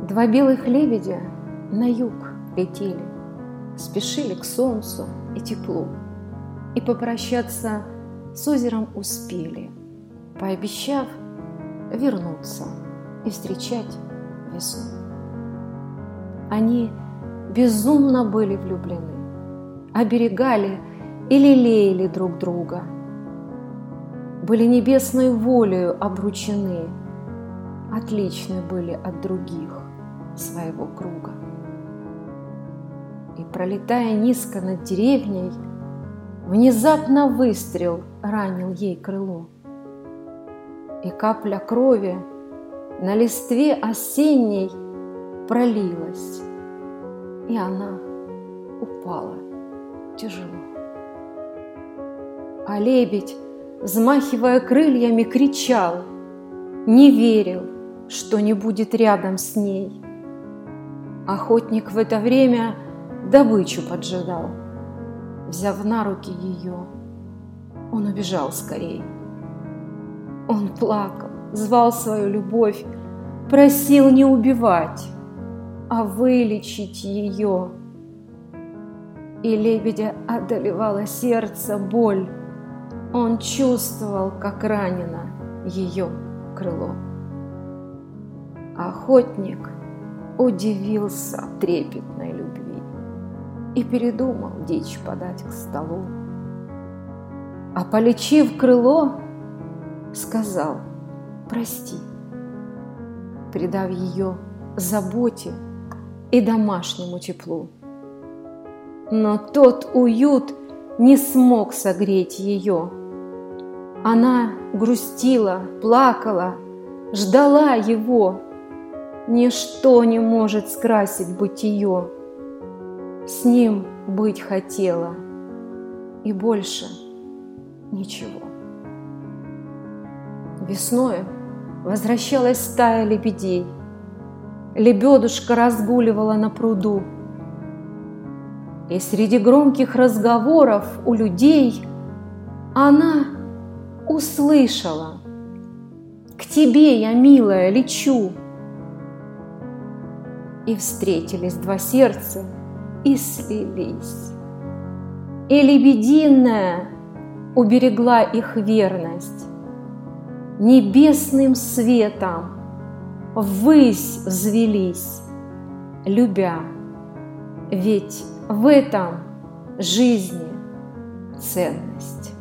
Два белых лебедя на юг летели, спешили к солнцу и теплу, и попрощаться с озером успели, пообещав вернуться и встречать весну. Они безумно были влюблены, оберегали и лелеяли друг друга, были небесной волею обручены, отличны были от других своего круга. И, пролетая низко над деревней, внезапно выстрел ранил ей крыло, и капля крови на листве осенней пролилась, и она упала тяжело. А лебедь, взмахивая крыльями, кричал, не верил, что не будет рядом с ней. Охотник в это время добычу поджидал. Взяв на руки ее, он убежал скорей. Он плакал, звал свою любовь, просил не убивать, а вылечить ее. И лебедя одолевало сердце боль. Он чувствовал, как ранено ее крыло. Охотник удивился трепетной любви и передумал дичь подать к столу. А полечив крыло, сказал прости, придав ее заботе и домашнему теплу. Но тот уют не смог согреть ее. Она грустила, плакала, ждала его. Ничто не может скрасить бытие. С ним быть хотела, и больше ничего. Весною возвращалась стая лебедей. Лебедушка разгуливала на пруду. И среди громких разговоров у людей она услышала: «К тебе я, милая, лечу». И встретились два сердца и слились. И лебединая уберегла их верность. Небесным светом ввысь взвелись, любя, ведь в этом жизни ценность.